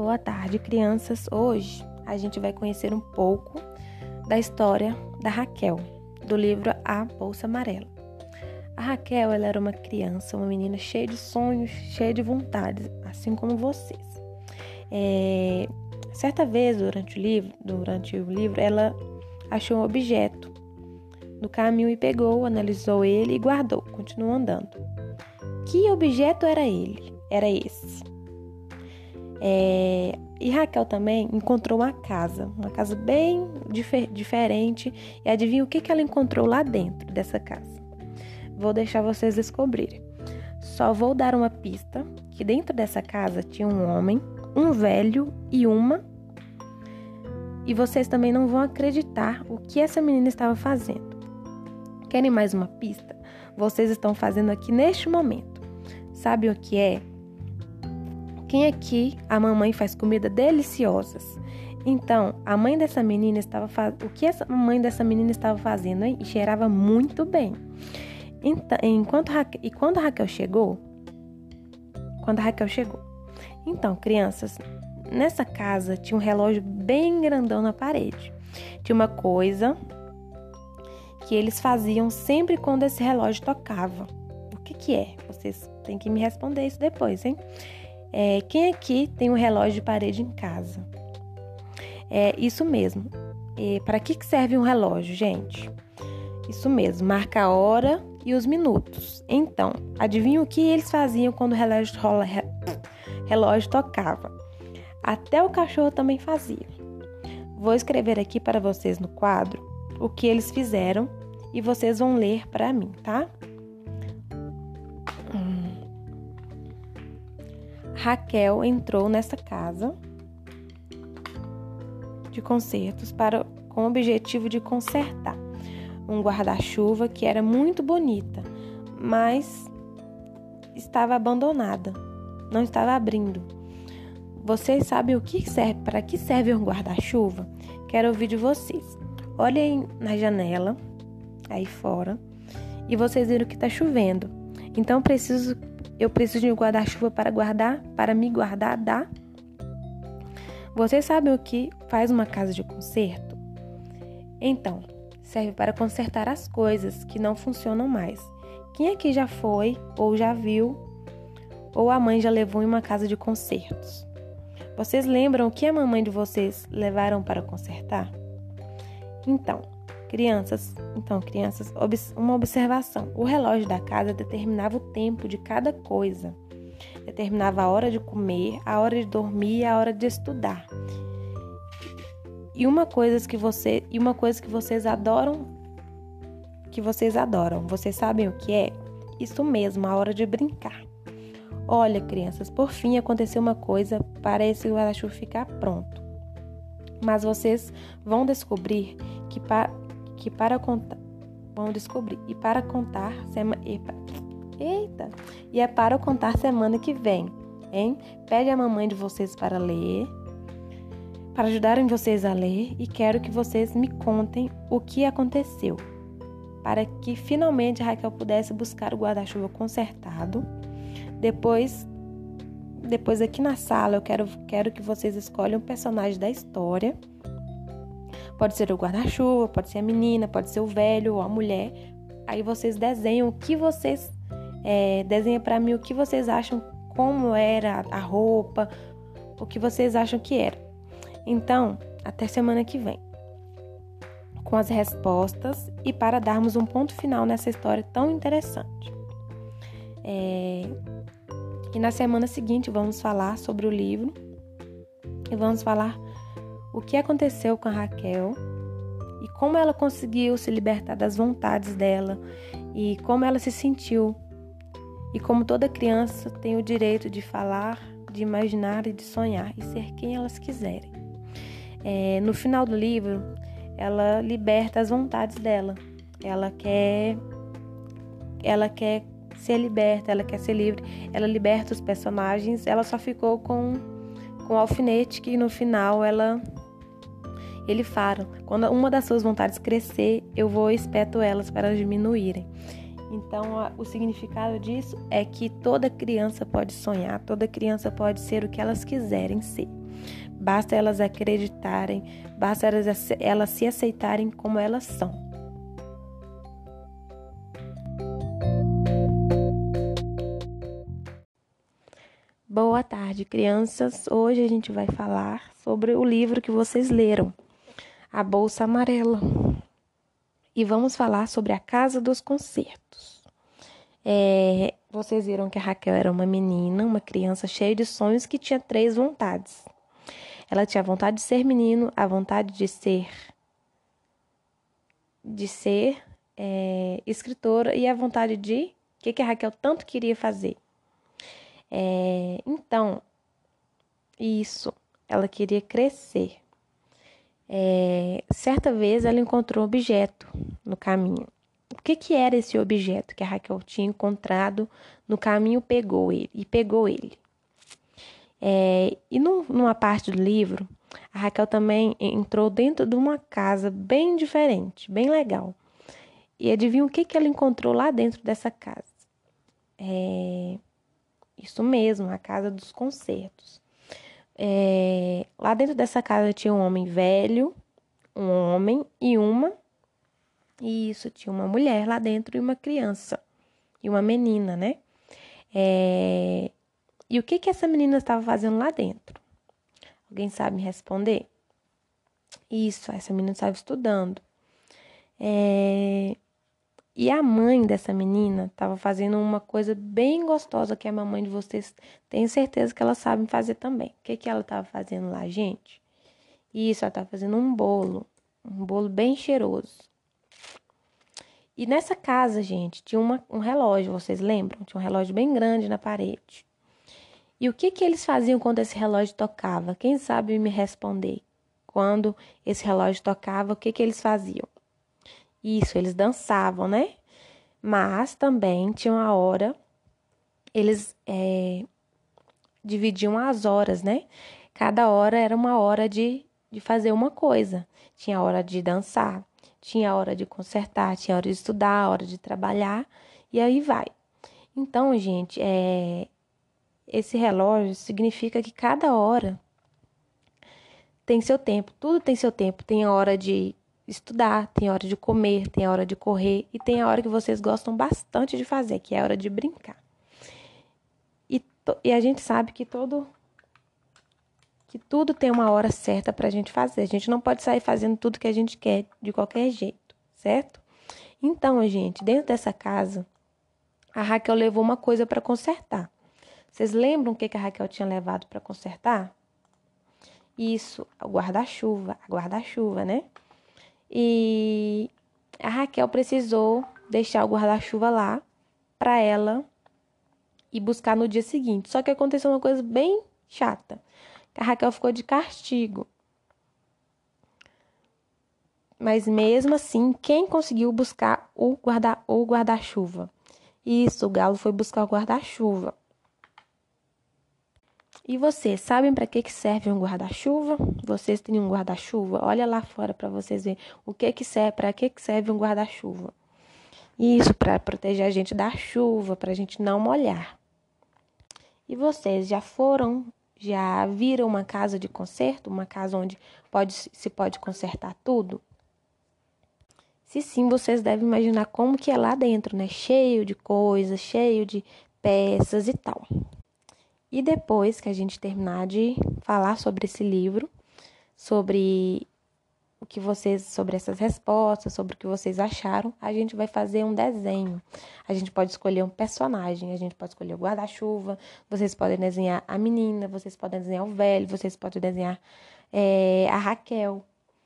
Boa tarde, crianças. Hoje a gente vai conhecer um pouco da história da Raquel, do livro A Bolsa Amarela. A Raquel, ela era uma criança, uma menina cheia de sonhos, cheia de vontades, assim como vocês. Certa vez, durante o livro, ela achou um objeto no caminho e pegou, analisou ele e guardou, continuou andando. Que objeto era esse? E Raquel também encontrou uma casa bem diferente. E adivinha o que ela encontrou lá dentro dessa casa? Vou deixar vocês descobrirem. Só vou dar uma pista, que dentro dessa casa tinha um homem, um velho e uma... E vocês também não vão acreditar o que essa menina estava fazendo. Querem mais uma pista? Vocês estão fazendo aqui neste momento. Sabe o que é? Quem aqui a mamãe faz comida deliciosas? Então, a mãe dessa menina o que a mãe dessa menina estava fazendo, hein? E cheirava muito bem. Quando a Raquel chegou? Então, crianças, nessa casa tinha um relógio bem grandão na parede. Tinha uma coisa que eles faziam sempre quando esse relógio tocava. O que é? Vocês têm que me responder isso depois, hein? Quem aqui tem um relógio de parede em casa? Isso mesmo. Para que serve um relógio, gente? Isso mesmo, marca a hora e os minutos. Então, adivinha o que eles faziam quando o relógio tocava? Até o cachorro também fazia. Vou escrever aqui para vocês no quadro o que eles fizeram e vocês vão ler para mim, tá? Raquel entrou nessa casa de concertos com o objetivo de consertar um guarda-chuva que era muito bonita, mas estava abandonada, não estava abrindo. Vocês sabem para que serve um guarda-chuva? Quero ouvir de vocês. Olhem na janela, aí fora, e vocês viram que está chovendo. Então eu preciso de um guarda-chuva para me guardar da... Vocês sabem o que faz uma casa de conserto? Então, serve para consertar as coisas que não funcionam mais. Quem aqui já foi, ou já viu, ou a mãe já levou em uma casa de consertos? Vocês lembram o que a mamãe de vocês levaram para consertar? Então, crianças, uma observação. O relógio da casa determinava o tempo de cada coisa. Determinava a hora de comer, a hora de dormir e a hora de estudar. E uma coisa que vocês adoram, vocês sabem o que é? Isso mesmo, a hora de brincar. Olha, crianças, por fim aconteceu uma coisa para esse guarda-chuva ficar pronto. Mas vocês vão descobrir para contar semana que vem, hein? Pede a mamãe de vocês para ler, para ajudarem vocês a ler, e quero que vocês me contem o que aconteceu, para que finalmente a Raquel pudesse buscar o guarda-chuva consertado. Depois aqui na sala eu quero que vocês escolham um personagem da história. Pode ser o guarda-chuva, pode ser a menina, pode ser o velho ou a mulher. Aí vocês desenham desenha para mim o que vocês acham, como era a roupa, o que vocês acham que era. Então, até semana que vem, com as respostas e para darmos um ponto final nessa história tão interessante. E na semana seguinte vamos falar sobre o livro e vamos falar o que aconteceu com a Raquel e como ela conseguiu se libertar das vontades dela e como ela se sentiu. E como toda criança tem o direito de falar, de imaginar e de sonhar e ser quem elas quiserem. No final do livro, ela liberta as vontades dela. Ela quer ser liberta, ela quer ser livre. Ela liberta os personagens. Ela só ficou com o alfinete que no final ele fala: quando uma das suas vontades crescer, eu vou e espeto elas para elas diminuírem. Então, o significado disso é que toda criança pode sonhar, toda criança pode ser o que elas quiserem ser. Basta elas acreditarem, basta elas se aceitarem como elas são. Boa tarde, crianças. Hoje a gente vai falar sobre o livro que vocês leram, A Bolsa Amarela. E vamos falar sobre a Casa dos Concertos. Vocês viram que a Raquel era uma menina, uma criança cheia de sonhos que tinha 3 vontades. Ela tinha a vontade de ser menino, a vontade de ser escritora e a vontade de... O que a Raquel tanto queria fazer? Então, isso, ela queria crescer. Certa vez ela encontrou um objeto no caminho. O que era esse objeto que a Raquel tinha encontrado no caminho? Pegou ele. E numa parte do livro, a Raquel também entrou dentro de uma casa bem diferente, bem legal. E adivinha o que ela encontrou lá dentro dessa casa? Isso mesmo, a Casa dos Concertos. Lá dentro dessa casa tinha um homem velho, um homem e uma... Isso, tinha uma mulher lá dentro e uma criança. E uma menina, né? E o que essa menina estava fazendo lá dentro? Alguém sabe me responder? Isso, essa menina estava estudando. E a mãe dessa menina estava fazendo uma coisa bem gostosa que a mamãe de vocês tenho certeza que elas sabem fazer também. O que ela estava fazendo lá, gente? Isso, ela estava fazendo um bolo bem cheiroso. E nessa casa, gente, tinha um relógio, vocês lembram? Tinha um relógio bem grande na parede. E o que eles faziam quando esse relógio tocava? Quem sabe me responder? Quando esse relógio tocava, o que eles faziam? Isso, eles dançavam, né? Mas também tinha uma hora, eles dividiam as horas, né? Cada hora era uma hora de fazer uma coisa. Tinha a hora de dançar, tinha a hora de consertar, tinha a hora de estudar, a hora de trabalhar, e aí vai. Então, gente, esse relógio significa que cada hora tem seu tempo, tudo tem seu tempo. Tem a hora de estudar, tem a hora de comer, tem a hora de correr e tem a hora que vocês gostam bastante de fazer, que é a hora de brincar. E a gente sabe que tudo tem uma hora certa pra gente fazer. A gente não pode sair fazendo tudo que a gente quer de qualquer jeito, certo? Então, gente, dentro dessa casa, a Raquel levou uma coisa para consertar. Vocês lembram o que a Raquel tinha levado para consertar? Isso, o guarda-chuva, né? E a Raquel precisou deixar o guarda-chuva lá para ela ir buscar no dia seguinte. Só que aconteceu uma coisa bem chata. A Raquel ficou de castigo. Mas mesmo assim, quem conseguiu buscar o guarda-chuva? Isso, o Galo foi buscar o guarda-chuva. E vocês sabem para que serve um guarda-chuva? Vocês têm um guarda-chuva? Olha lá fora para vocês verem para que serve um guarda-chuva. Isso, para proteger a gente da chuva, para a gente não molhar. E vocês já viram uma casa de concerto? Uma casa onde se pode consertar tudo? Se sim, vocês devem imaginar como que é lá dentro, né? Cheio de coisas, cheio de peças e tal. E depois que a gente terminar de falar sobre esse livro, sobre essas respostas, sobre o que vocês acharam, a gente vai fazer um desenho. A gente pode escolher um personagem, a gente pode escolher o guarda-chuva, vocês podem desenhar a menina, vocês podem desenhar o velho, vocês podem desenhar a Raquel.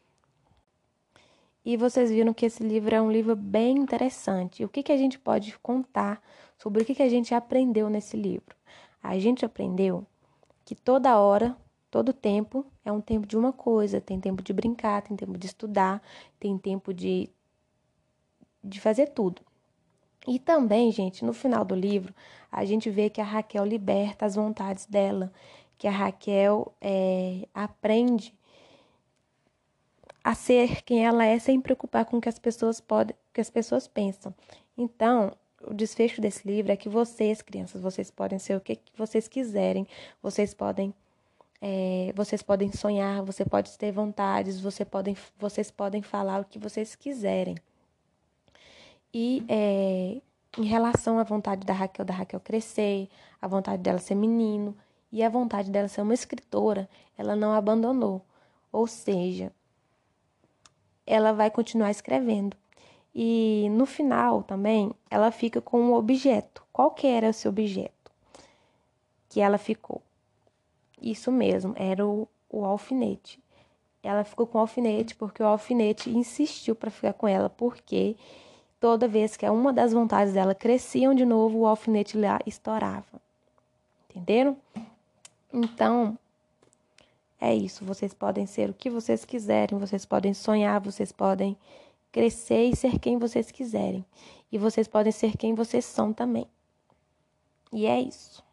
E vocês viram que esse livro é um livro bem interessante. O que a gente pode contar sobre o que a gente aprendeu nesse livro? A gente aprendeu que toda hora, todo tempo é um tempo de uma coisa. Tem tempo de brincar, tem tempo de estudar, tem tempo de fazer tudo. E também, gente, no final do livro, a gente vê que a Raquel liberta as vontades dela, que a Raquel aprende a ser quem ela é sem preocupar com o que as pessoas pensam. Então, o desfecho desse livro é que vocês, crianças, vocês podem ser o que vocês quiserem, vocês podem sonhar, você pode ter vontades, vocês podem falar o que vocês quiserem. E em relação à vontade da Raquel crescer, a vontade dela ser menino e a vontade dela ser uma escritora, ela não abandonou. Ou seja, ela vai continuar escrevendo. E no final também, ela fica com um objeto. Qual que era esse objeto que ela ficou? Isso mesmo, era o alfinete. Ela ficou com o alfinete porque o alfinete insistiu para ficar com ela, porque toda vez que uma das vontades dela cresciam de novo, o alfinete lá estourava. Entenderam? Então, é isso. Vocês podem ser o que vocês quiserem, vocês podem sonhar, vocês podem crescer e ser quem vocês quiserem. E vocês podem ser quem vocês são também. E é isso.